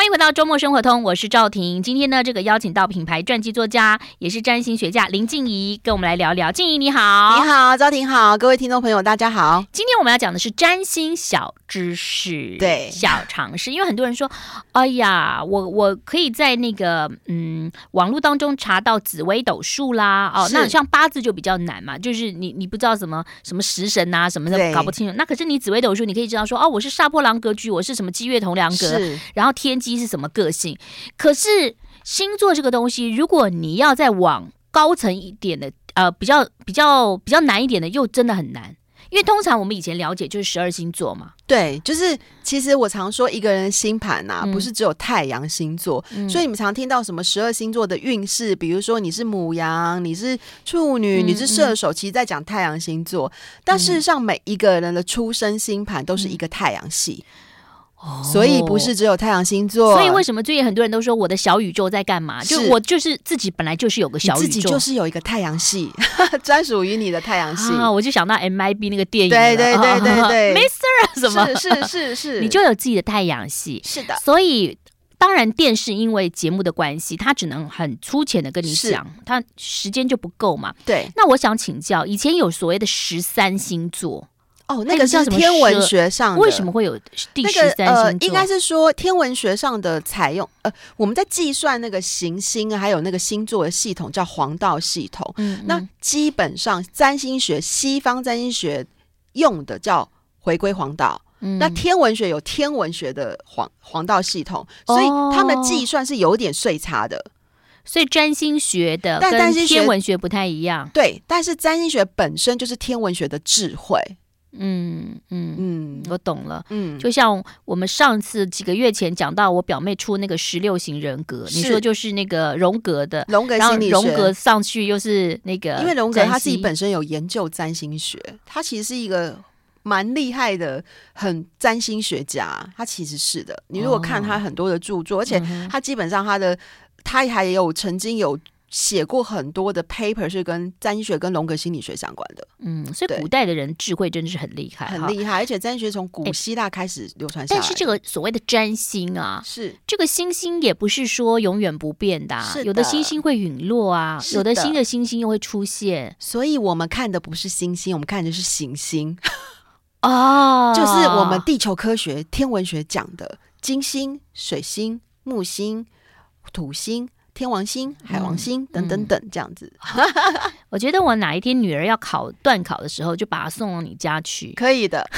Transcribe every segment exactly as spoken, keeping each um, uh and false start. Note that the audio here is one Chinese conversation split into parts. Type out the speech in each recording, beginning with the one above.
欢迎回到周末生活通，我是赵婷。今天呢，这个邀请到品牌传记作家，也是占星学家林静怡，跟我们来聊聊。静怡你好。 你好，赵婷好，各位听众朋友大家好。 今天我们要讲的是占星小知识， 对， 小常识。因为很多人说，哎呀，我我可以在那个嗯网络当中查到紫微斗数啦，哦，那像八字就比较难嘛，就是你你不知道什么什么食神啊什么的，搞不清楚。那可是你紫微斗数，你可以知道说，哦，我是煞破狼格局，我是什么积月同梁格，然后天机是什么个性。可是星座这个东西，如果你要再往高层一点的，呃，比较比较比较难一点的，又真的很难。因为通常我们以前了解就是十二星座嘛， 对，就是其实我常说一个人的星盘啊、嗯，不是只有太阳星座、嗯，所以你们常听到什么十二星座的运势，比如说你是牡羊，你是处女，嗯、你是射手、嗯，其实在讲太阳星座，但事实上每一个人的出生星盘都是一个太阳系。嗯所以不是只有太阳星座， 所以为什么最近很多人都说我的小宇宙在干嘛？就我就是自己本来就是有个小宇宙， 你自己就是有一个太阳系，专属于你的太阳系啊！我就想到 M I B 那个电影， 对对对对对 ，Mister 什么？ 是是是是， 你就有自己的太阳系， 是的。 所以当然电视因为节目的关系，它只能很粗浅的跟你讲，它时间就不够嘛。 对。 那我想请教，以前有所谓的十三星座。 哦，那个是天文学上的， 为什么会有第十三星座？ 那个呃、应该是说天文学上的采用，呃，我们在计算那个行星还有那个星座的系统叫黄道系统。嗯嗯，那基本上占星学，西方占星学用的叫回归黄道。嗯、那天文学有天文学的黄黄道系统，所以他们的计算是有点岁差的。 所以占星学的跟天文学不太一样。 对，但是占星学本身就是天文学的智慧。 嗯嗯嗯，我懂了。嗯，就像我们上次几个月前讲到，我表妹出那个十六型人格，你说就是那个荣格的荣格心理学， 然后荣格上去又是那个， 因为荣格他自己本身有研究占星学，他其实是一个蛮厉害的，很占星学家，他其实是的。你如果看他很多的著作，哦、而且他基本上他的他还有曾经有。写过很多的 paper 是跟占星学跟荣格心理学相关的。 嗯，所以古代的人智慧真的是很厉害， 很厉害，而且占星学从古希腊开始流传下来。 但是这个所谓的占星啊， 是这个星星也不是说永远不变的、啊， 是的， 有的星星会陨落啊，有的新的星星又会出现。 所以我们看的不是星星，我们看的是行星。 哦， 就是我们地球科学天文学讲的金星、水星、木星、土星。天王星、海王星、嗯、等等等这样子、嗯、 我觉得我哪一天女儿要考段考的时候就把她送到你家去， 可以的。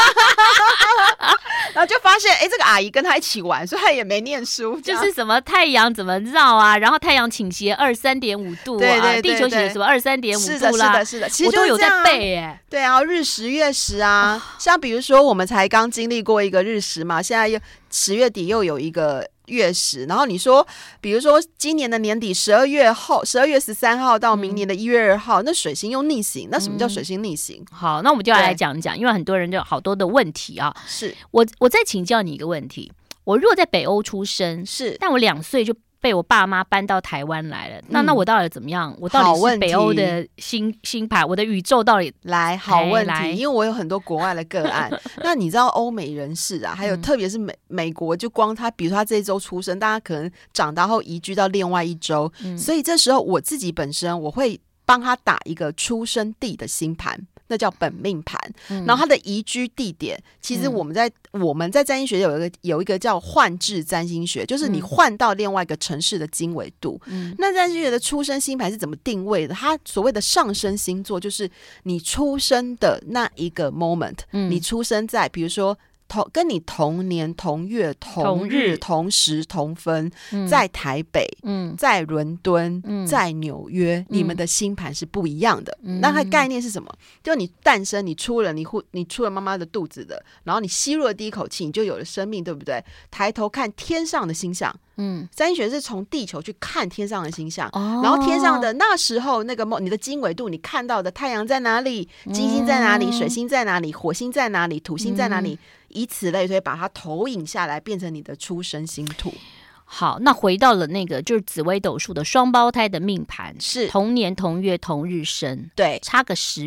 然后就发现哎、欸，这个阿姨跟她一起玩，所以她也没念书， 就是什么太阳怎么绕啊，然后太阳倾斜二三点五度啊， 对对对对， 地球倾斜什么二三点五度啦， 是的是的是的，其实、啊、 我都有在背耶。 对啊，日食月食啊、哦、像比如说我们才刚经历过一个日食嘛，现在又十月底又有一个月食，然后你说比如说今年的年底十二月后十二月十三号到明年的一月二号、嗯、那水星又逆行，那什么叫水星逆行、 嗯、好，那我们就要来讲一讲，因为很多人就有好多的问题啊。 是我我再请教你一个问题，我如果在北欧出生， 是但我两岁就被我爸妈搬到台湾来了，嗯、那那我到底怎么样？我到底是北欧的星星盘，我的宇宙到底来好问题？因为我有很多国外的个案。那你知道欧美人士啊，还有特别是美、嗯、美国，就光他，比如说他这一周出生，大家可能长大后移居到另外一周、嗯，所以这时候我自己本身我会帮他打一个出生地的星盘。那叫本命盘、嗯，然后它的移居地点，其实我们在、嗯、我们在占星学有一个有一个叫换置占星学，就是你换到另外一个城市的经纬度。嗯，那占星学的出生星盘是怎么定位的？它所谓的上升星座，就是你出生的那一个 moment，、嗯、你出生在比如说。同跟你同年同月同日同时同分、嗯、在台北、嗯、在伦敦、嗯、在纽约、嗯、你们的星盘是不一样的、嗯、那它的概念是什么？就你诞生你出了你你出了妈妈的肚子的，然后你吸入了第一口气你就有了生命，对不对？抬头看天上的星象，嗯，占星学是从地球去看天上的星象、哦、然后天上的那时候那个你的经纬度，你看到的太阳在哪里，金星在哪里、嗯、水星在哪里，火星在哪里，土星在哪里、嗯，以此类推，把它投影下来变成你的出生星图。 好，那回到了那个就是紫微斗数的双胞胎的命盘， 是同年同月同日生， 对， 差个十秒，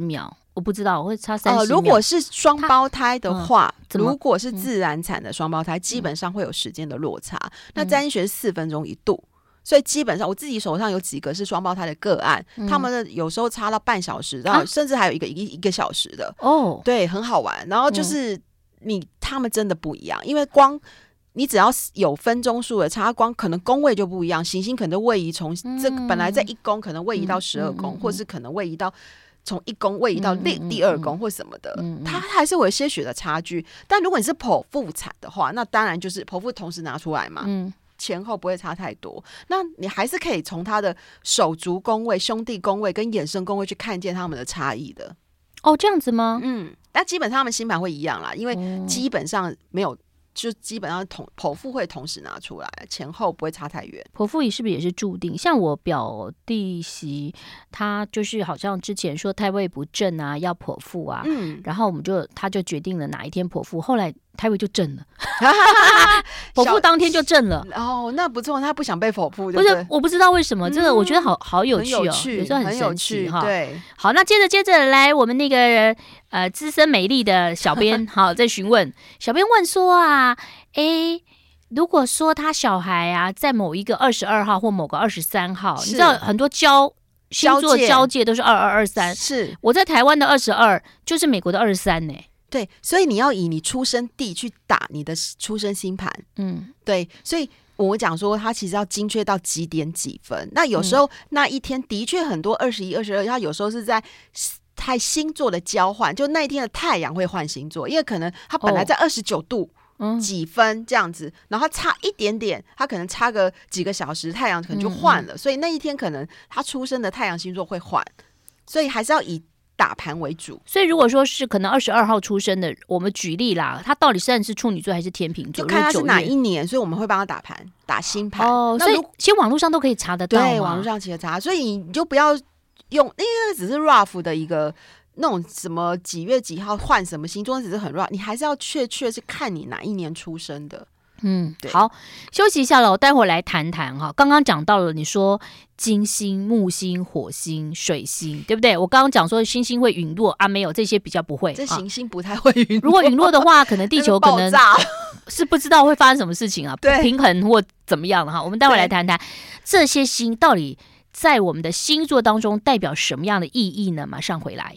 我不知道，我会差三十秒、呃。 如果是双胞胎的话、嗯，如果是嗯、 自然产的双胞胎，基本上会有时间的落差。嗯、那占星学是四分钟一度。所以基本上我自己手上有几个是双胞胎的个案、嗯、他们的有时候差到半小时到、啊、甚至还有一个一一个小时的哦， 对，很好玩。然后就是你、嗯、他们真的不一样，因为光你只要有分钟数的差，光可能宫位就不一样，行星可能位移从这个本来在一宫可能位移到十二宫、嗯嗯嗯、或是可能位移到从一宫位移到第、嗯嗯、第二宫或什么的、嗯嗯、它还是有一些许的差距。但如果你是剖腹产的话，那当然就是剖腹同时拿出来嘛，嗯，前后不会差太多。那你还是可以从他的手足宫位、兄弟宫位跟衍生宫位去看见他们的差异的。 哦，这样子吗？ 嗯，那基本上他们星盘会一样啦，因为基本上没有，就基本上同剖腹会同时拿出来，前后不会差太远。 剖腹是不是也是注定？像我表弟媳，他就是好像之前说胎位不正啊，要剖腹啊，嗯，然后我们就他就决定了哪一天剖腹，后来胎位就正了，剖腹当天就正了。 哦，那不错，他不想被剖腹， 不是？我不知道为什么，这个我觉得好好有趣哦，有时候很神奇哈。 对， 好，那接着接着来，我们那个呃资深美丽的小编，好，在询问，小编问说啊，哎。如果说他小孩啊，在某一个二十二号或某个二十三号，你知道很多交星座交界都是二二二三， 是我在台湾的二十二，就是美国的二十三呢。 对，所以你要以你出生地去打你的出生星盘，嗯，对，所以我讲说它其实要精确到几点几分。那有时候、嗯、那一天的确很多二十一、二十二，它有时候是在太星座的交换，就那一天的太阳会换星座，因为可能它本来在二十九度。哦几分这样子，然后差一点点，他可能差个几个小时，太阳可能就换了、嗯嗯，所以那一天可能他出生的太阳星座会换，所以还是要以打盘为主。 所以如果说是可能二十二号出生的，我们举例啦，他到底算是处女座还是天秤座， 就看他是哪一年，所以我们会帮他打盘打星盘。 哦，所以其实网络上都可以查得到， 对，网络上其实查，所以你就不要用，因为那个只是 rough 的一个。那种什么几月几号换什么星座只是很乱，你还是要确确是看你哪一年出生的。 嗯，好，休息一下了，我待会儿来谈谈哈。刚刚讲到了，你说金星、木星、火星、水星，对不对？我刚刚讲说星星会陨落啊，没有这些比较不会， 这行星不太会陨落。 如果陨落的话，可能地球可能是不知道会发生什么事情啊，不平衡或怎么样的哈。我们待会儿来谈谈这些星到底在我们的星座当中代表什么样的意义呢？马上回来。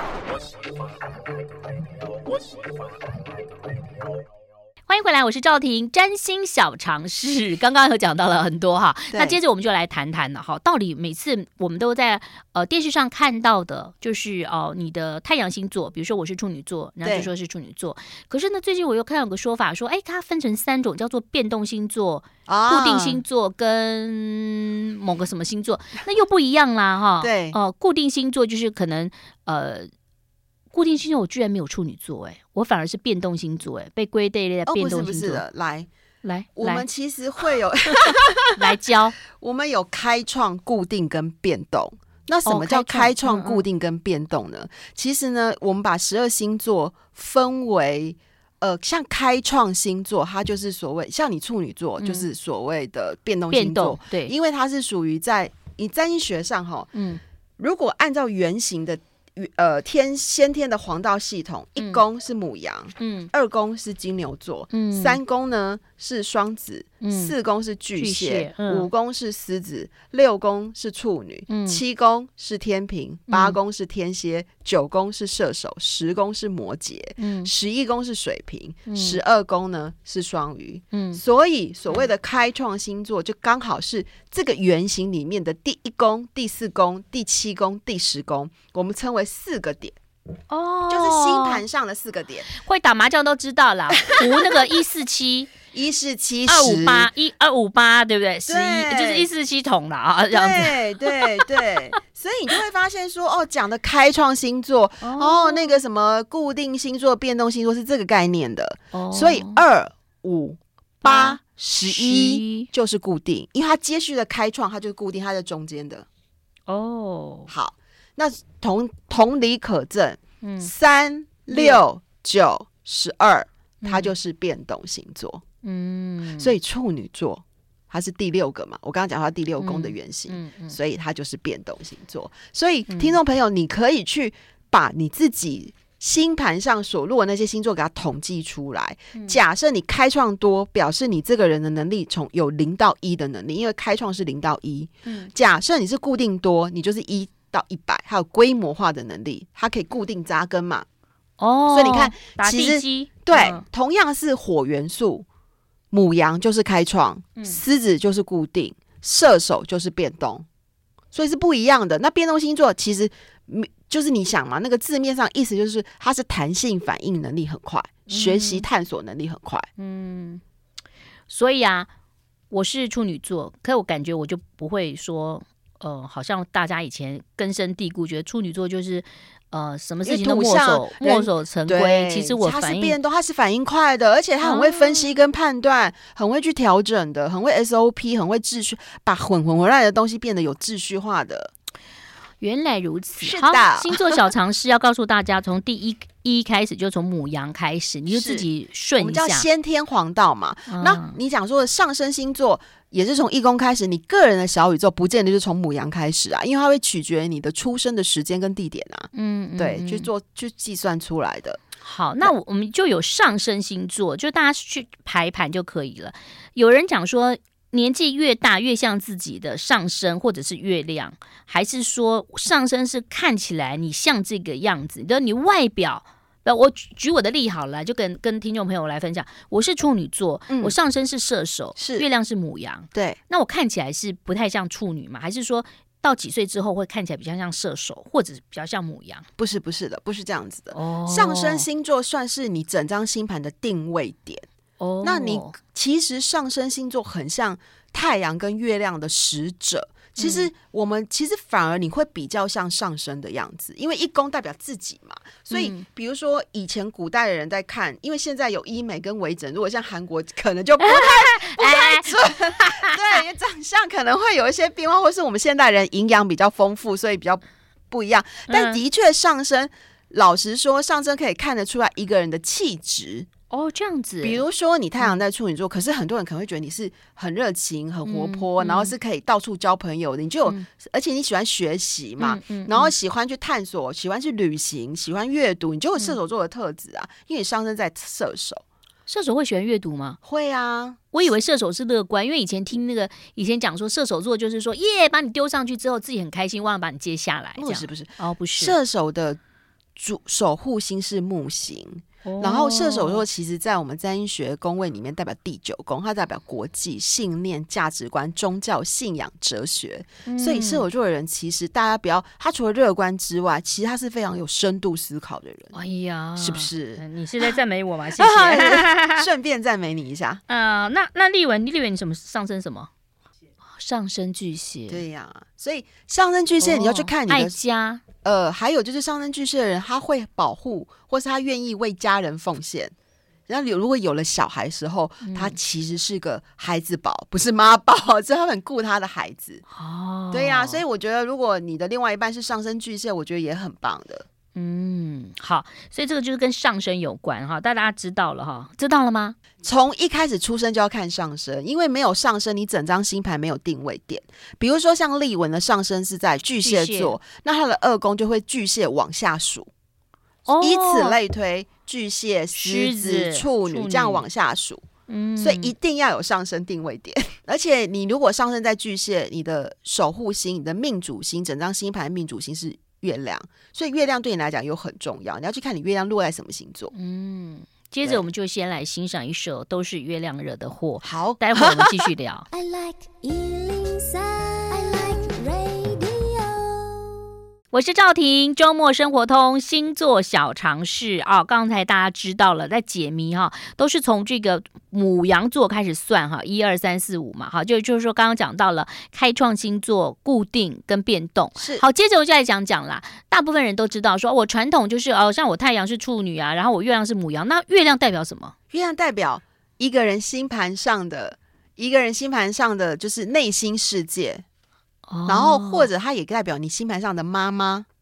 欢迎回来，我是赵婷，占星小常识。刚刚有讲到了很多哈，那接着我们就来谈谈了哈。到底每次我们都在呃电视上看到的，就是哦、呃、你的太阳星座，比如说我是处女座，然后就说是处女座。可是呢，最近我又看到有个说法说，哎，它分成三种，叫做变动星座、啊、固定星座跟某个什么星座，那又不一样啦哈。 对， 哦、呃，固定星座就是可能呃。固定星座我居然没有处女座，哎，我反而是变动星座，哎，被归类类的变动星座。哦，不是不是的， 来来， 我们其实会有来教， 我们有开创、固定跟变动。那什么叫开创、固定跟变动呢？哦、其实呢，我们把十二星座分为，呃，像开创星座，它就是所谓像你处女座，嗯、就是所谓的变动星座， 对， 因为它是属于在你占星学上哈，嗯，如果按照原型的。呃，天先天的黄道系统，一宫是牡羊，嗯，二宫是金牛座，嗯，三宫呢是双子，嗯，四宫是巨蟹，巨蟹嗯、五宫是狮子，六宫是处女，嗯，七宫是天秤，八宫是天蝎，九宫是射手，十宫是摩羯，嗯，十一宫是水瓶，十二宫呢是双鱼，嗯，所以所谓的开创星座就刚好是这个原型里面的第一宫、第四宫、第七宫、第十宫，我们称为四个点哦，就是星盘上的四个点。 会打麻将都知道啦，胡那个一四七。 一四七二五八一二五八，对不对？十一就是一四七桶了啊，这样子。 对对对，所以你就会发现说，哦，讲的开创星座，哦，哦那个什么固定星座、变动星座是这个概念的。哦、所以二五八十一就是固定，因为它接续的开创，它就是固定，它在中间的。哦，好，那同同理可证，嗯，三六九十二，它就是变动星座。嗯，所以处女座它是第六个嘛，我刚刚讲它第六宫的原型、嗯嗯嗯、所以它就是变动星座。所以听众朋友你可以去把你自己星盘上所落的那些星座给它统计出来。嗯、假设你开创多，表示你这个人的能力从有零到一的能力，因为开创是零到一。嗯、假设你是固定多，你就是一到一百，还有规模化的能力，它可以固定扎根嘛。哦，所以你看，其实对、嗯，同样是火元素，牡羊就是开创，嗯、狮子就是固定，射手就是变动，所以是不一样的。那变动星座其实。就是你想嘛，那个字面上意思就是它是弹性反应能力很快，嗯、学习探索能力很快。嗯， 所以啊，我是处女座，可我感觉我就不会说，呃，好像大家以前根深蒂固觉得处女座就是呃什么事情都墨守墨守成规。其实我反应它是变动，它是反应快的，而且它很会分析跟判断，啊、很会去调整的，很会 S O P， 很会秩序，把混混混乱的东西变得有秩序化的。 原来如此， 是的。 好，星座小常识要告诉大家，从第一一开始就从牡羊开始，你就自己顺一下。 我们叫先天黄道嘛。嗯、那你讲说的上升星座也是从一宫开始，你个人的小宇宙不见得就从牡羊开始啊，因为它会取决于你的出生的时间跟地点啊。嗯，嗯对，去做去计算出来的。 好，那我们就有上升星座，就大家去排盘就可以了。有人讲说，年纪越大越像自己的上升或者是月亮，还是说上升是看起来你像这个样子，就你外表。我举我的例好了，就跟跟听众朋友来分享。我是处女座，嗯、我上升是射手， 是月亮是牡羊。 对， 那我看起来是不太像处女嘛？还是说到几岁之后会看起来比较像射手，或者比较像牡羊？ 不是，不是的，不是这样子的。哦、上升星座算是你整张星盘的定位点。哦，那你其实上升星座很像太阳跟月亮的使者。其实我们其实反而你会比较像上升的样子，因为一宫代表自己嘛，所以比如说以前古代的人在看，因为现在有医美跟微整，如果像韩国可能就不太不太准，对，长相可能会有一些变化，或是我们现代人营养比较丰富，所以比较不一样。但的确上升，老实说，上升可以看得出来一个人的气质。 哦，这样子。 比如说你太阳在处女座，嗯、可是很多人可能会觉得你是很热情、很活泼，嗯、然后是可以到处交朋友的，你就有，嗯、而且你喜欢学习嘛，嗯嗯、然后喜欢去探索，喜欢去旅行，喜欢阅读，你就有射手座的特质啊，因为你上升在射手。 射手会喜欢阅读吗？ 会啊， 我以为射手是乐观，因为以前听那个以前讲说射手座就是说耶，把你丢上去之后自己很开心，忘了把你接下来。 不是不是哦，不是。 射手的主守护星是木星。然后射手座其实在我们占星学宫位里面代表第九宫，它代表国际、信念、价值观、宗教、信仰、哲学。嗯、所以射手座的人其实大家不要，他除了乐观之外，其实他是非常有深度思考的人。 哎呀， 是不是？ 你是在赞美我吗？谢谢， 顺便赞美你一下。 呃，那那立文，立文你什么上升什么？上升巨蟹。 对呀、啊，所以上升巨蟹你要去看你的、 哦、爱家。 呃，还有就是上升巨蟹的人，他会保护，或是他愿意为家人奉献。然后如果有了小孩时候，嗯、他其实是个孩子宝，不是妈宝，所以他很顾他的孩子。哦，对呀、啊，所以我觉得如果你的另外一半是上升巨蟹，我觉得也很棒的。 嗯，好，所以这个就是跟上升有关哈，大家知道了哈，知道了吗？ 从一开始出生就要看上升，因为没有上升，你整张星盘没有定位点。比如说像立文的上升是在巨蟹座，蟹那他的二宫就会巨蟹往下数，哦、以此类推，巨蟹、狮子、处女这样往下数。嗯，所以一定要有上升定位点，而且你如果上升在巨蟹，你的守护星、你的命主星，整张星盘命主星是月亮，所以月亮对你来讲又很重要，你要去看你月亮落在什么星座。嗯， 接着我们就先来欣赏一首都是月亮惹的祸。 好， 待会儿我们继续聊。I like 一零三 I like radio。 我是赵婷，周末生活通星座小常识啊，刚才大家知道了，在解谜哈，都是从这个牡羊座开始算哈，一二三四五嘛，好，就就是说刚刚讲到了开创星座、固定跟变动。 是， 好，接着我就来讲讲啦。大部分人都知道说，我传统就是哦，像我太阳是处女啊，然后我月亮是牡羊，那月亮代表什么？ 月亮代表一个人星盘上的一个人星盘上的就是内心世界。然后或者它也代表你星盘上的妈妈，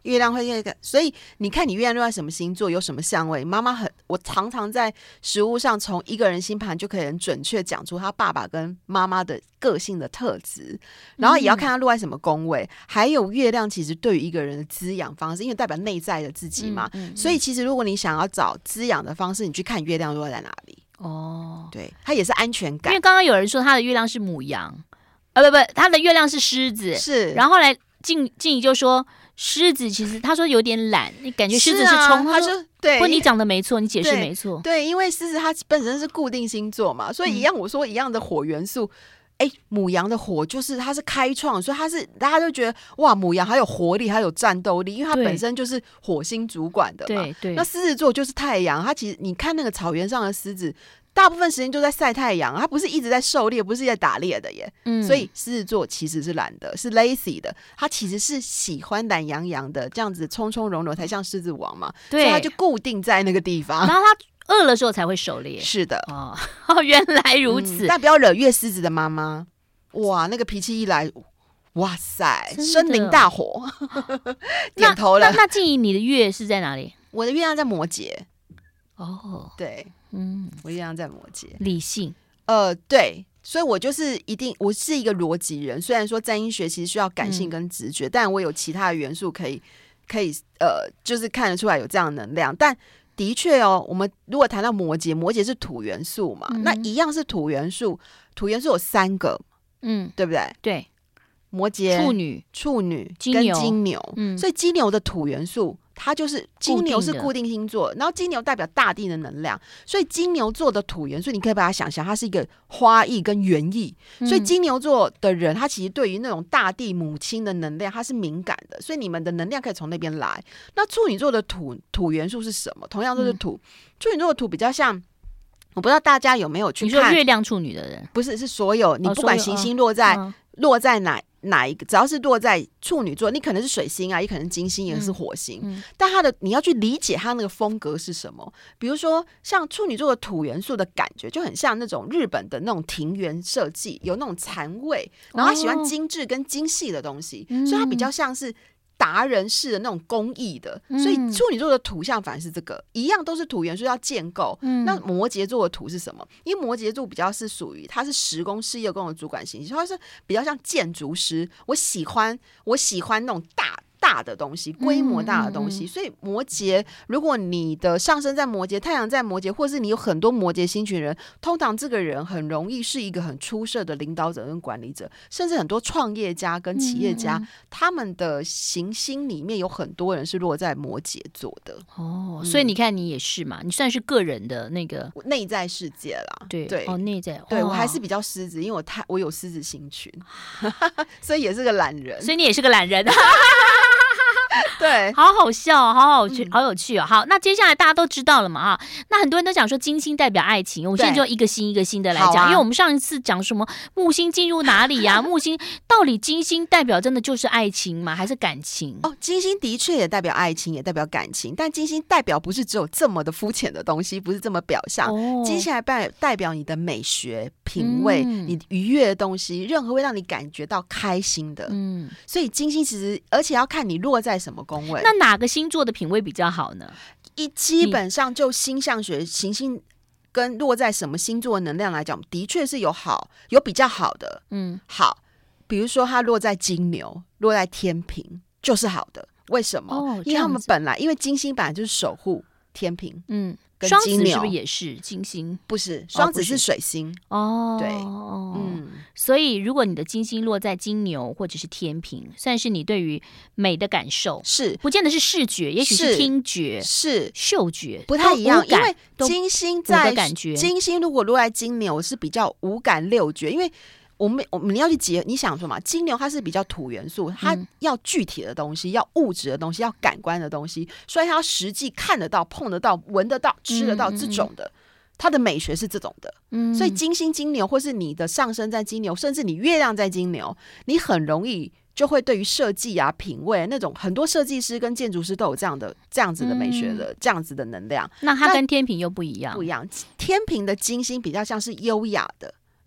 月亮会，所以你看你月亮落在什么星座，有什么相位。妈妈很，我常常在实物上从一个人星盘就可以很准确讲出他爸爸跟妈妈的个性的特质，然后也要看他落在什么宫位，嗯、还有月亮其实对于一个人的滋养方式，因为代表内在的自己嘛，嗯嗯嗯、所以其实如果你想要找滋养的方式，你去看月亮落在哪里。哦，对，它也是安全感。 因为刚刚有人说他的月亮是牡羊，呃，不不，他的月亮是狮子， 是， 然后后来静静怡就说。狮子其实他说有点懒，你感觉狮子是冲， 他说对， 不，你讲的没错，你解释没错， 对，因为狮子它本身是固定星座嘛，所以一样，我说一样的火元素，哎、嗯，牡羊的火就是它是开创，所以它是大家就觉得哇，牡羊还有活力，还有战斗力，因为它本身就是火星主管的嘛。 对对， 那狮子座就是太阳，它其实你看那个草原上的狮子。大部分时间就在晒太阳，它不是一直在狩猎，不是在打猎的耶。嗯，所以狮子座其实是懒的，是 lazy 的，他其实是喜欢懒洋洋的，这样子从从容容才像狮子王嘛。对，所以他就固定在那个地方， 然后他饿了时候才会狩猎。 是的， 哦，原来如此。 嗯、但不要惹月狮子的妈妈，哇，那个脾气一来，哇塞，森林大火，点头了。 那 那, 那静怡，你的月是在哪里？ 我的月亮在摩羯。 哦， 对。嗯，我月亮在摩羯， 理性， 呃，对，所以我就是一定，我是一个逻辑人。虽然说占星学其实需要感性跟直觉，嗯、但我有其他的元素可以，可以，呃，就是看得出来有这样的能量。但的确哦，我们如果谈到摩羯，摩羯是土元素嘛，嗯、那一样是土元素，土元素有三个，嗯，对不对？ 对， 摩羯、 处女、 处女跟金牛，嗯，所以金牛的土元素。它就是金牛是固定星座，然后金牛代表大地的能量，所以金牛座的土元素，你可以把它想象，它是一个花艺跟园艺，嗯、所以金牛座的人，他其实对于那种大地母亲的能量，他是敏感的，所以你们的能量可以从那边来。那处女座的土土元素是什么？同样都是土，嗯、处女座的土比较像，我不知道大家有没有去看， 你说月亮处女的人， 不是，是所有，你不管行星落在、哦、落在哪。哪一个只要是落在处女座，你可能是水星啊，也可能金星，也是火星，嗯嗯、但它的你要去理解它那个风格是什么。比如说像处女座的土元素的感觉就很像那种日本的那种庭园设计，有那种禅味，然后他喜欢精致跟精细的东西，哦、所以它比较像是达人式的那种工艺的，嗯、所以处女座的土象反而是这个，一样都是土元素要建构。嗯、那摩羯座的土是什么？因为摩羯座比较是属于它是十宫事业宫的主管型，它是比较像建筑师。我喜欢我喜欢那种大。大的东西，规模大的东西，嗯嗯嗯，所以摩羯，如果你的上升在摩羯，太阳在摩羯，或是你有很多摩羯星群人，通常这个人很容易是一个很出色的领导者跟管理者，甚至很多创业家跟企业家，嗯嗯，他们的行星里面有很多人是落在摩羯座的。 哦，嗯、所以你看你也是嘛，你算是个人的那个内在世界啦。 对对， 哦，内在， 对、 哦、 我还是比较狮子，因为我太我有狮子星群，所以也是个懒人， 所以你也是个懒人。 对， 好好笑，好好趣，好有趣哦。好，那接下来大家都知道了嘛哈。那很多人都讲说金星代表爱情，我们现在就一个星一个星的来讲，啊、因为我们上一次讲什么木星进入哪里呀、啊？木星到底金星代表真的就是爱情吗？还是感情？ 哦，金星的确也代表爱情，也代表感情，但金星代表不是只有这么的肤浅的东西，不是这么表象。哦、金星还代代表你的美学品味，嗯、你愉悦的东西，任何会让你感觉到开心的。嗯，所以金星其实，而且要看你落在什么宫位。 那哪个星座的品味比较好呢？ 一基本上就星象学行星跟落在什么星座的能量来讲，的确是有好有比较好的。嗯，好，比如说它落在金牛，落在天秤就是好的。为什么？哦、因为他们本来因为金星本来就是守护天秤。嗯。 双子是不是也是金星？ 不是，双子是水星。 哦， 对，嗯， 所以如果你的金星落在金牛或者是天秤，算是你对于美的感受是， 不见得是视觉，也许是听觉， 是嗅觉， 不太一样。因为金星在感觉， 金星如果落在金牛是比较五感六觉，因为。我们我们要去结，你想说嘛？金牛它是比较土元素，它要具体的东西，要物质的东西，要感官的东西，所以它要实际看得到、碰得到、闻得到、吃得到这种的。它的美学是这种的，嗯，所以金星金牛，或是你的上升在金牛，甚至你月亮在金牛，你很容易就会对于设计啊、品味那种，很多设计师跟建筑师都有这样的这样子的美学的、嗯、这样子的能量。 那它跟天秤又不一样， 不一样。天秤的金星比较像是优雅的。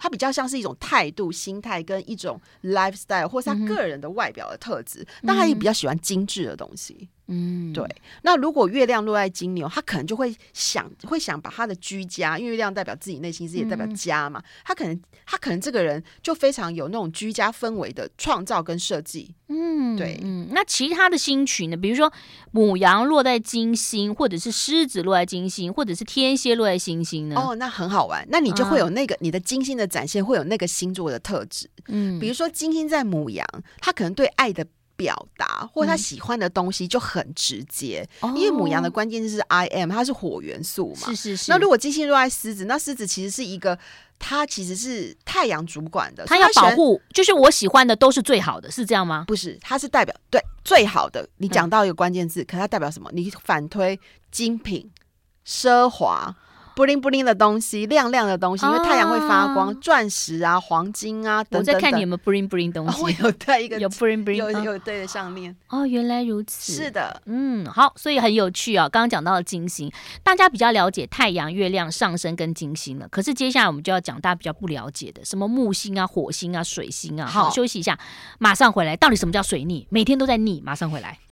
它比较像是一种态度、心态跟一种 lifestyle， 或是他个人的外表的特质。嗯、但他也比较喜欢精致的东西。嗯，对。那如果月亮落在金牛，他可能就会想，会想把他的居家，因为月亮代表自己内心世界，也代表家嘛。嗯、他可能，他可能这个人就非常有那种居家氛围的创造跟设计。嗯，对。 嗯，那其他的星群呢？比如说牡羊落在金星，或者是狮子落在金星，或者是天蝎落在星星呢？ 哦，那很好玩。那你就会有那个、啊、你的金星的展现，会有那个星座的特质。嗯，比如说金星在牡羊，他可能对爱的表达或他喜欢的东西就很直接。嗯、因为牡羊的关键字是 I am， 它是火元素嘛。 是是是。 那如果金星落在狮子，那狮子其实是一个。他其实是太阳主管的， 他要保护，就是我喜欢的都是最好的，是这样吗？ 不是，他是代表对最好的。你讲到一个关键字，嗯、可它代表什么？你反推精品、奢华。布灵布灵的东西，亮亮的东西，因为太阳会发光，钻、啊、石啊、黄金啊等等等。 我在看你有没有布灵布灵东西。 哦、我有戴一个有布灵布灵， 有有对的项链。 哦，原来如此。 是的， 嗯，好，所以很有趣啊。刚刚讲到了金星，大家比较了解太阳、月亮、上升跟金星了。可是接下来我们就要讲大家比较不了解的，什么木星啊、火星啊、水星啊。好，休息一下，马上回来。到底什么叫水逆？每天都在逆，马上回来。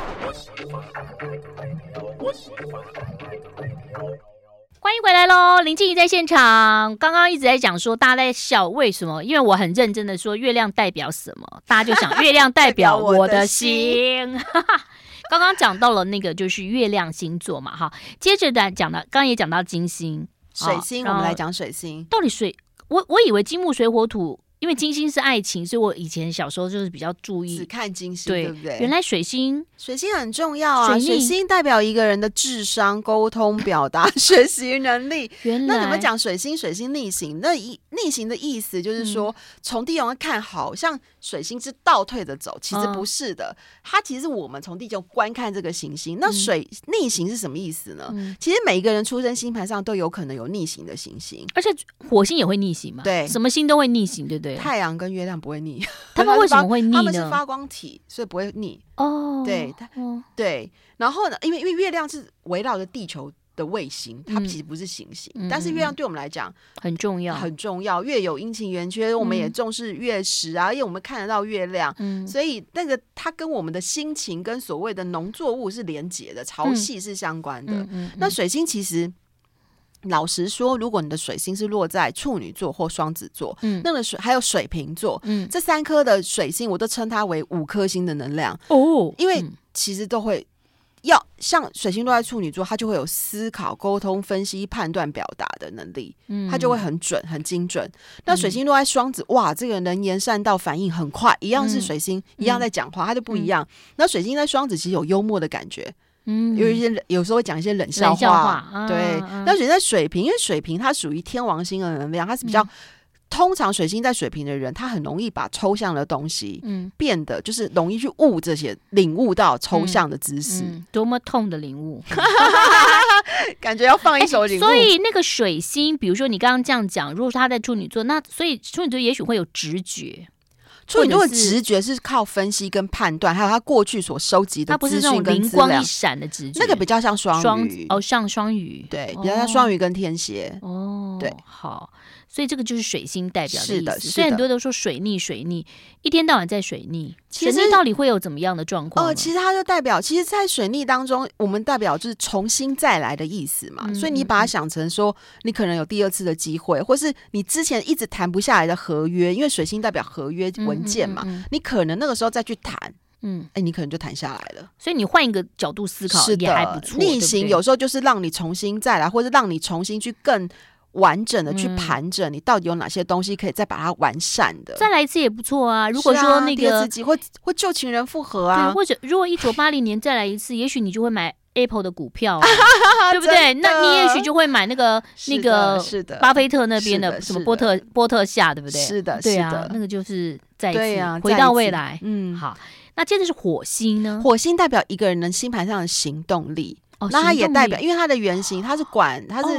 欢迎回来咯，林静怡在现场。刚刚一直在讲说大家在笑，为什么？因为我很认真的说月亮代表什么，大家就想月亮代表我的心。刚刚讲到了那个就是月亮星座嘛，哈，接着的讲到，刚刚也讲到金星、 水星，我们来讲水星。 到底水，我我以为金木水火土。因为金星是爱情，所以我以前小时候就是比较注意只看金星， 对, 对不对？ 原来水星， 水星很重要啊！水, 水星代表一个人的智商、沟通、表达、学习能力。 原来， 那你们讲水星，水星逆行，那逆行的意思就是说，从、嗯、地球看，好像水星是倒退着走，其实不是的。嗯、它其实我们从地球观看这个行星，那水、嗯、逆行是什么意思呢？嗯、其实每一个人出生星盘上都有可能有逆行的行星， 而且火星也会逆行嘛？ 对， 什么星都会逆行，对不对？ 太阳跟月亮不会逆， 他们为什么会逆呢？ 他们是发光体，所以不会逆。哦，对，哦、对。然后呢，因为因为月亮是围绕着地球的卫星，它其实不是行星，嗯、但是月亮对我们来讲很重要， 很重要。月有阴晴圆缺，我们也重视月食啊，嗯、因为我们看得到月亮，嗯、所以那个它跟我们的心情跟所谓的农作物是连结的，潮汐是相关的。嗯嗯嗯、那水星其实。老实说，如果你的水星是落在处女座或双子座，嗯，那个水还有水瓶座，嗯，这三颗的水星，我都称它为五颗星的能量哦，因为其实都会要像水星落在处女座，它就会有思考、沟通、分析、判断、表达的能力，嗯，它就会很准、很精准。那水星落在双子，哇，这个人能言善道，反应很快，一样是水星，嗯、一样在讲话，它就不一样。嗯、那水星在双子其实有幽默的感觉。嗯，有一些有时候会讲一些冷笑话， 冷笑话啊、 对。那水星在水瓶，因为水瓶它属于天王星的能量，它是比较、嗯、通常水星在水瓶的人，他很容易把抽象的东西，嗯，变得就是容易去悟这些，领悟到抽象的知识，嗯嗯、多么痛的领悟， 感觉要放一首领悟、 欸。所以那个水星，比如说你刚刚这样讲，如果他在处女座，那所以处女座也许会有直觉。 处女座的直觉是靠分析跟判断，还有他过去所收集的资讯跟资料，灵光一闪的直觉， 那个比较像双鱼哦，像双鱼， 对，比较像双鱼跟天蝎哦，对， 好，所以这个就是水星代表的意思。 是的，是的。 所以很多都说水逆，水逆一天到晚在水逆，水逆到底会有怎么样的状况？ 哦，其实它就代表，其实，在水逆当中，我们代表就是重新再来的意思嘛。嗯、所以你把它想成说，你可能有第二次的机会，或是你之前一直谈不下来的合约，因为水星代表合约文件嘛，嗯嗯嗯嗯你可能那个时候再去谈。嗯，哎、欸，你可能就谈下来了。 所以你换一个角度思考，也还不错。 逆行有时候就是让你重新再来，或者让你重新去更完整的去盘整，你到底有哪些东西可以再把它完善的， 再来一次也不错啊。如果说那个、啊、 第二次机会或旧情人复合啊， 对，或者如果一九八零年再来一次，也许你就会买 Apple 的股票、啊，对不对？那你也许就会买那个那个是的巴菲特那边的什么波特波特夏，对不对？ 是的， 对啊，那个就是再一次对、啊、回到未来。嗯，好。那接着是火星呢？ 火星代表一个人的星盘上的行动力。哦、那它也代表，因为它的原型，它是管，它是、哦、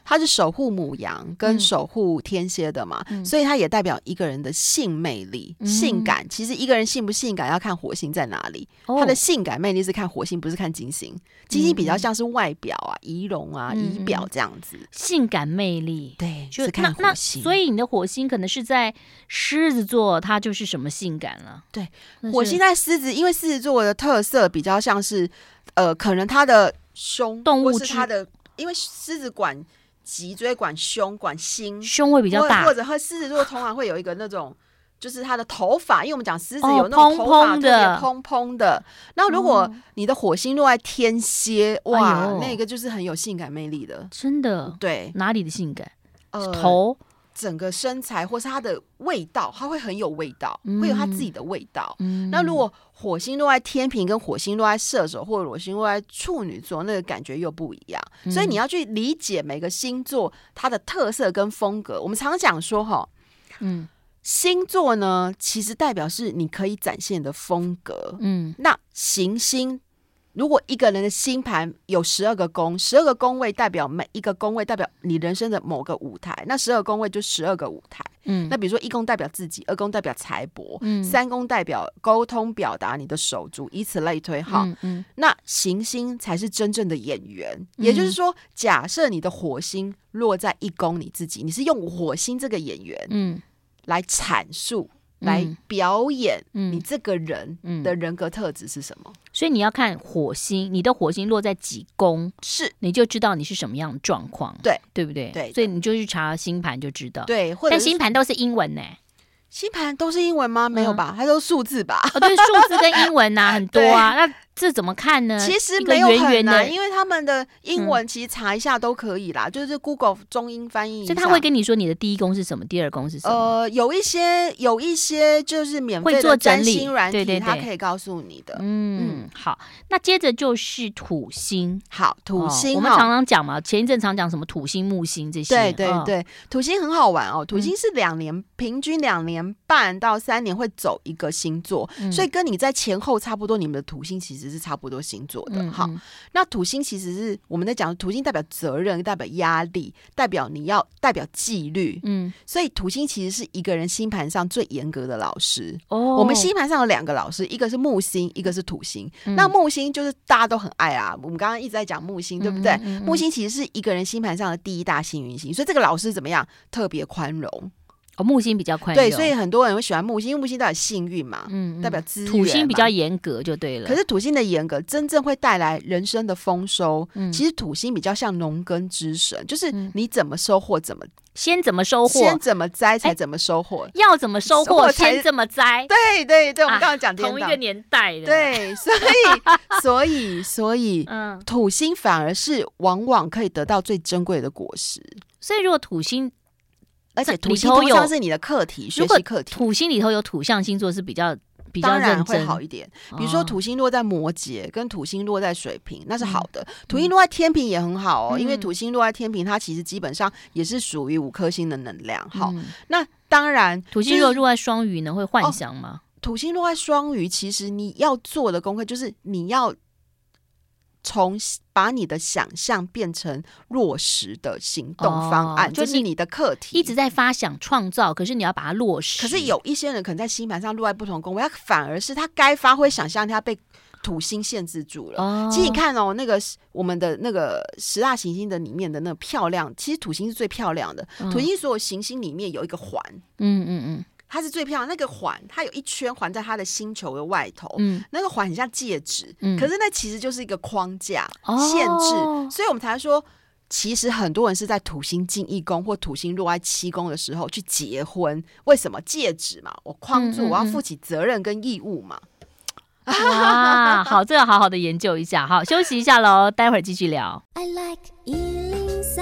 它是守护牡羊跟守护天蝎的嘛，嗯、所以它也代表一个人的性魅力、嗯、性感。其实一个人性不性感要看火星在哪里，他、哦、的性感魅力是看火星，不是看金星。金星比较像是外表啊、仪容啊、嗯、仪表这样子。 性感魅力， 对，是看火星。 所以你的火星可能是在狮子座，它就是什么性感了？ 对，火星在狮子，因为狮子座的特色比较像是，呃，可能它的胸， 动物或是它的，因为狮子管脊椎、管胸、管心， 胸会比较大， 或者和狮子座通常会有一个那种。就是他的头发，因为我们讲狮子有那种头发特别蓬蓬的。那、哦、如果你的火星落在天蝎，哦、哇、哎，那个就是很有性感魅力的， 真的。 对， 哪里的性感？ 呃， 头， 整个身材，或是他的味道，他会很有味道，嗯、会有他自己的味道。嗯、那如果火星落在天秤，跟火星落在射手，或者火星落在处女座，那个感觉又不一样。嗯、所以你要去理解每个星座它的特色跟风格。我们常讲说，哈，嗯。星座呢，其实代表是你可以展现的风格。嗯，那行星，如果一个人的星盘有十二个宫，十二个宫位代表每一个宫位代表你人生的某个舞台，那十二宫位就十二个舞台。嗯，那比如说一宫代表自己，二宫代表财帛，嗯，三宫代表沟通表达你的手足，以此类推。哈，嗯嗯，那行星才是真正的演员。嗯、也就是说，假设你的火星落在一宫，你自己，你是用火星这个演员，嗯。来阐述、嗯、来表演你这个人的人格特质是什么、嗯嗯、 所以你要看火星，你的火星落在几宫， 是你就知道你是什么样的状况， 对对不对？ 对， 所以你就去查星盘就知道。 对，或者但星盘都是英文呢？ 星盘都是英文吗？没有吧，它都是数字吧？ 哦，对，数字跟英文啊，很多啊。那这怎么看呢？ 其实没有很难，因为他们的英文其实查一下都可以啦，嗯、就是 Google 中英翻译一下。 所以他会跟你说你的第一宫是什么，第二宫是什么？ 呃，有一些有一些就是免费的占星软体，对对对，它可以告诉你的。 嗯嗯，好，那接着就是土星。 好，土星、哦、 我们常常讲嘛，前一阵常讲什么土星、木星这些。 对对对，哦、土星很好玩哦。土星是两年、嗯、平均两年半到三年会走一个星座，嗯、所以跟你在前后差不多，你们的土星其实是差不多星座的。嗯、好，那土星其实是我们在讲，土星代表责任，代表压力，代表你要代表纪律。嗯，所以土星其实是一个人星盘上最严格的老师。哦，我们星盘上有两个老师，一个是木星，一个是土星。嗯、那木星就是大家都很爱啊，我们刚刚一直在讲木星，对不对？嗯嗯嗯、木星其实是一个人星盘上的第一大幸运星，所以这个老师怎么样？特别宽容。 哦，木星比较宽容， 对，所以很多人会喜欢木星，因为木星代表幸运嘛，嗯，代表资源嘛。 土星比较严格就对了。 可是土星的严格真正会带来人生的丰收。嗯，其实土星比较像农耕之神，就是你怎么收获怎么。 先怎么收获， 先怎么栽才怎么收获、欸、 要怎么收获先怎么栽。 对对对，我们刚刚讲颠倒、啊、 同一个年代的。 对，所以所以所以、嗯、土星反而是往往可以得到最珍贵的果实。 所以如果土星， 而且土星通常是你的课题，学习课题。 土星里头有土象星座是比较比较当然会好一点。比如说土星落在摩羯，跟土星落在水瓶，那是好的。嗯、土星落在天秤也很好哦，嗯、因为土星落在天秤，它其实基本上也是属于五颗星的能量。好，嗯、那当然， 土星如果落在双鱼呢，会幻想吗？ 哦、土星落在双鱼，其实你要做的功课就是你要。从把你的想象变成落实的行动方案，哦、这是你的课题。 一直在发想创造，可是你要把它落实。 可是有一些人可能在星盘上落在不同宫位，他反而是他该发挥想象力，他被土星限制住了。哦、其实你看哦，那个我们的那个十大行星的里面的那个漂亮，其实土星是最漂亮的。嗯、土星所有行星里面有一个环，嗯嗯嗯。它是最漂亮，那个环它有一圈环在它的星球的外头，嗯、那个环很像戒指，嗯、可是那其实就是一个框架、哦、限制，所以我们才说其实很多人是在土星进一宫或土星落在七宫的时候去结婚。为什么？戒指嘛，我框住，嗯嗯嗯我要负起责任跟义务嘛。 哇，好，这个好好的研究一下。好，休息一下咯，待会儿继续聊。I like 一零三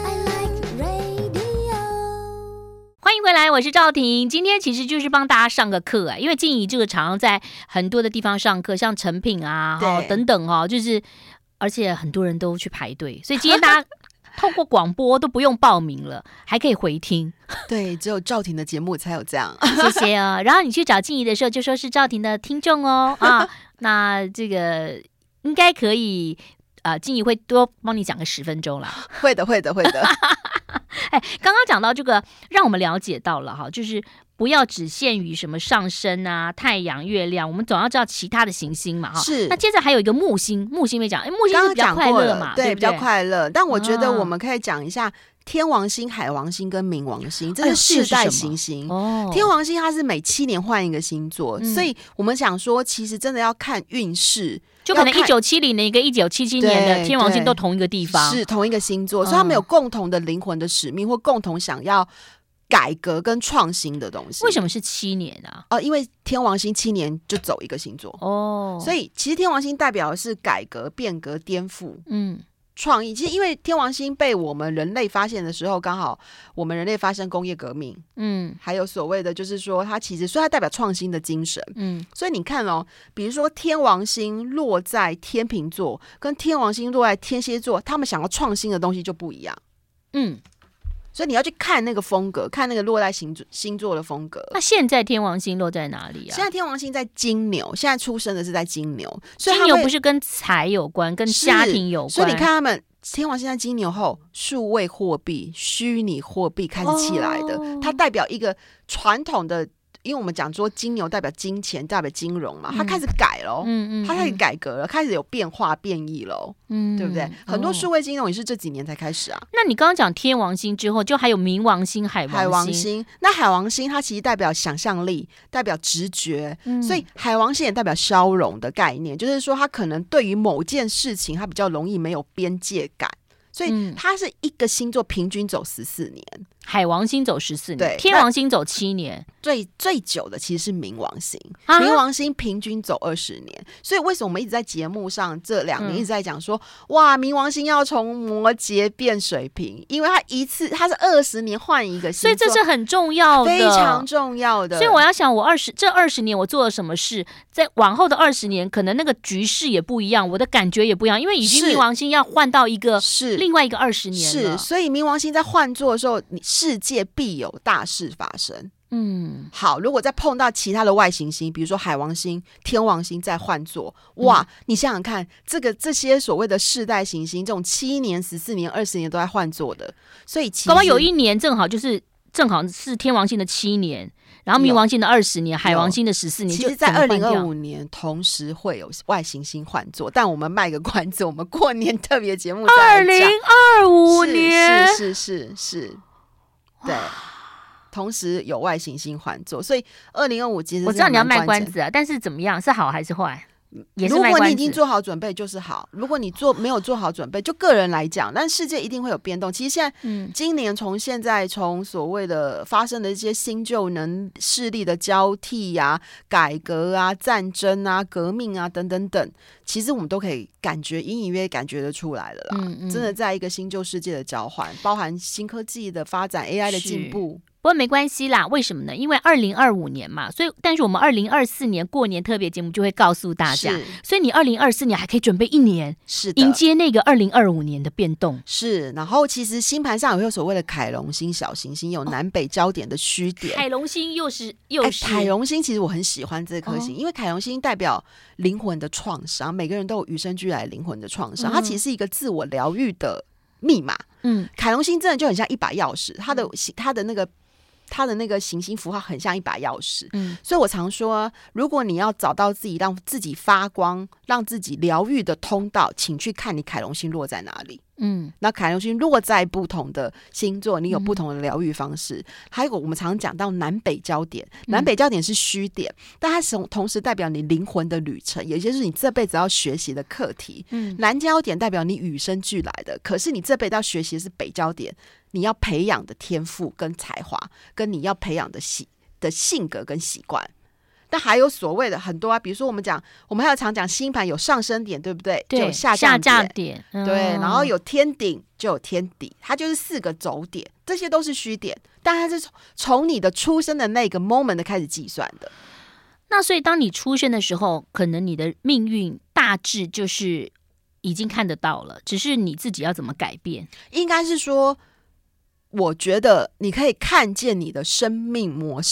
欢迎回来，我是赵婷。今天其实就是帮大家上个课啊，因为静怡这个常常在很多的地方上课，像成品啊、哦、等等哦，就是而且很多人都去排队，所以今天大家透过广播都不用报名了，还可以回听。 对，只有赵婷的节目才有这样。 谢谢哦。然后你去找静怡的时候，就说是赵婷的听众哦啊，那这个应该可以。 呃静怡会多帮你讲个十分钟啦。 会的，会的，会的。 哎，刚刚讲到这个，让我们了解到了哈，就是不要只限于什么上升啊、太阳、月亮，我们总要知道其他的行星嘛哈。 是。 那接着还有一个木星，木星没讲，哎，木星是比较快乐嘛， 对， 对不对？ 比较快乐。但我觉得我们可以讲一下。天王星、海王星跟冥王星，这是世代行星。 哦， 天王星它是每七年换一个星座，嗯、所以我们想说，其实真的要看运势， 就可能一九七零年一个一九七七年的天王星都同一个地方， 是同一个星座，所以他们有共同的灵魂的使命，或共同想要改革跟创新的东西。 为什么是七年啊？ 哦、呃，因为天王星七年就走一个星座哦，所以其实天王星代表的是改革、变革、颠覆。嗯。创意，其实因为天王星被我们人类发现的时候，刚好我们人类发生工业革命，嗯，还有所谓的就是说，它其实所以它代表创新的精神，嗯，所以你看哦，比如说天王星落在天秤座，跟天王星落在天蝎座，他们想要创新的东西就不一样，嗯。所以你要去看那个风格，看那个落在星星座的风格。 那现在天王星落在哪里啊？ 现在天王星在金牛，现在出生的是在金牛。所以金牛不是跟财有关，跟家庭有关。 所以你看他们天王星在金牛后，数位货币、虚拟货币开始起来的，哦、它代表一个传统的。因为我们讲说金牛代表金钱，代表金融嘛，它开始改了，嗯嗯，它开始改革了，开始有变化变异了，嗯，对不对？很多数位金融也是这几年才开始啊。 那你刚刚讲天王星之后，就还有冥王星、海王星。 海王星，那海王星它其实代表想象力，代表直觉，嗯、所以海王星也代表消融的概念，就是说它可能对于某件事情，它比较容易没有边界感。所以它是一个星座平均走十四年， 海王星走十四年，天王星走七年， 最最久的其实是冥王星，啊、冥王星平均走二十年。所以为什么我们一直在节目上这两年一直在讲说，嗯、哇，冥王星要从摩羯变水瓶，因为它一次它是二十年换一个星座， 所以这是很重要的， 非常重要的。 所以我要想，我二十这二十年我做了什么事，在往后的二十年，可能那个局势也不一样，我的感觉也不一样，因为已经冥王星要换到一个是。另外一个二十年了， 是，所以冥王星在换座的时候，你世界必有大事发生。嗯，好，如果再碰到其他的外行星，比如说海王星、天王星再换座，哇，嗯、你想想看，这个这些所谓的世代行星，这种七年、十四年、二十年都在换座的，所以其实搞不好有一年正好就是正好是天王星的七年。然后冥王星的二十年，海王星的十四年， 其实，在二零二五年同时会有外行星换座，但我们卖个关子，我们过年特别节目再来讲。二零二五年， 是是是是是，对，同时有外行星换座，所以二零二五其实我知道你要卖关子啊，但是怎么样是好还是坏？也是如果你已经做好准备就是好，如果你做没有做好准备，就个人来讲，但世界一定会有变动。其实现在，嗯，今年从现在从所谓的发生的一些新旧能势力的交替啊、改革啊、战争啊、革命啊等等等，其实我们都可以感觉隐隐约感觉得出来了啦。嗯嗯真的在一个新旧世界的交换，包含新科技的发展、A I 的进步。 不过没关系啦，为什么呢？因为二零二五年嘛，所以但是我们二零二四年过年特别节目就会告诉大家，所以你二零二四年还可以准备一年， 是的， 迎接那个二零二五年的变动。 是，然后其实星盘上也会有所谓的凯龙星、小行星，有南北焦点的虚点。 凯龙星又是又是、 欸、凯龙星，其实我很喜欢这颗星，哦、因为凯龙星代表灵魂的创伤，每个人都有与生俱来灵魂的创伤，嗯、它其实是一个自我疗愈的密码。嗯，凯龙星真的就很像一把钥匙，它的它的那个。它的那个行星符号很像一把钥匙，嗯，所以我常说，如果你要找到自己让自己发光、让自己疗愈的通道，请去看你凯龙星落在哪里。嗯，那凯龙星落在不同的星座，你有不同的疗愈方式。嗯、还有我们常讲到南北焦点，南北焦点是虚点，嗯、但它同时代表你灵魂的旅程，也就是你这辈子要学习的课题。嗯，南焦点代表你与生俱来的，可是你这辈子要学习的是北焦点，你要培养的天赋跟才华，跟你要培养的习的性格跟习惯。但还有所谓的很多啊，比如说我们讲，我们还有常讲星盘有上升点，对不对？ 对， 就有下降点， 下降点嗯、 对，然后有天顶就有天底，它就是四个轴点，这些都是虚点，但它是从你的出生的那个 moment 开始计算的。 那所以当你出生的时候，可能你的命运大致就是已经看得到了，只是你自己要怎么改变。 应该是说，我觉得你可以看见你的生命模式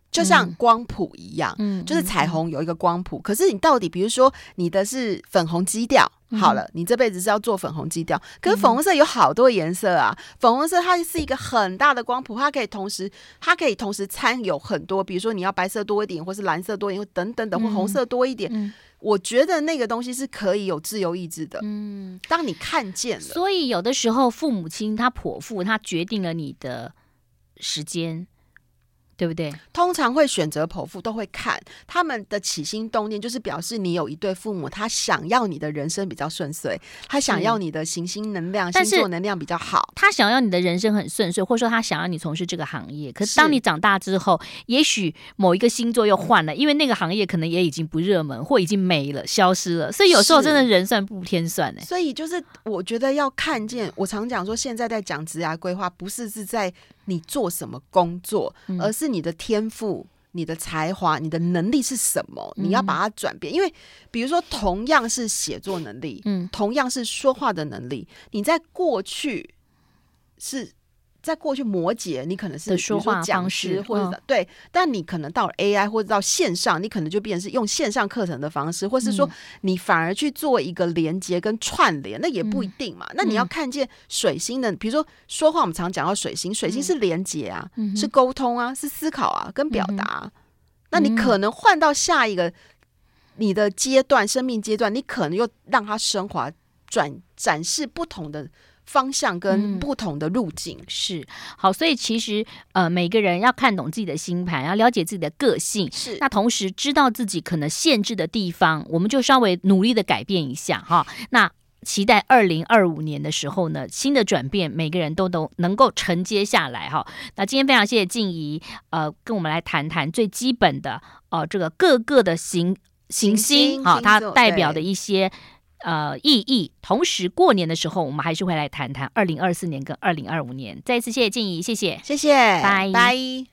就像光谱一样， 嗯， 就是彩虹有一个光谱，可是你到底比如说你的是粉红基调，好了，你这辈子是要做粉红基调，可是粉红色有好多颜色啊，粉红色它是一个很大的光谱，它可以同时它可以同时参有很多，比如说你要白色多一点，或是蓝色多一点，或等等的，或红色多一点。嗯，我觉得那个东西是可以有自由意志的。嗯，当你看见了， 所以有的时候父母亲他剖腹，他决定了你的时间。对不对？ 通常会选择剖腹都会看他们的起心动念，就是表示你有一对父母，他想要你的人生比较顺遂，他想要你的行星能量、星座能量比较好， 他想要你的人生很顺遂，或者说他想要你从事这个行业。可是当你长大之后，也许某一个星座又换了，因为那个行业可能也已经不热门，或已经没了、消失了。所以有时候真的人算不如天算、欸、 所以就是我觉得要看见，我常讲说，现在在讲职涯规划，不是是在你做什么工作，嗯、而是你的天赋、你的才华、你的能力是什么，你要把它转变。嗯、因为比如说，同样是写作能力，嗯，同样是说话的能力，你在过去是。在过去摩羯你可能是说话方式或者、嗯、对，但你可能到了 A I 或者到线上，你可能就变成是用线上课程的方式，或是说你反而去做一个连接跟串联，那也不一定嘛、嗯、那你要看见水星的，比如说说话我们常讲到水星，水星是连接啊、嗯、是沟通啊，是思考啊跟表达、啊嗯、那你可能换到下一个你的阶段生命阶段，你可能又让它升华转展示不同的方向跟不同的路径、嗯、 是好，所以其实呃每个人要看懂自己的星盘，要了解自己的个性， 是那同时知道自己可能限制的地方，我们就稍微努力的改变一下哈。那期待二零二五年的时候呢，新的转变每个人都都能够承接下来哈。那今天非常谢谢静怡，呃，跟我们来谈谈最基本的呃这个各个的行行星哈，它代表的一些。呃，意义。同时，过年的时候，我们还是会来谈谈二零二四年跟二零二五年。再一次谢谢静怡，谢谢， 谢谢， 拜拜。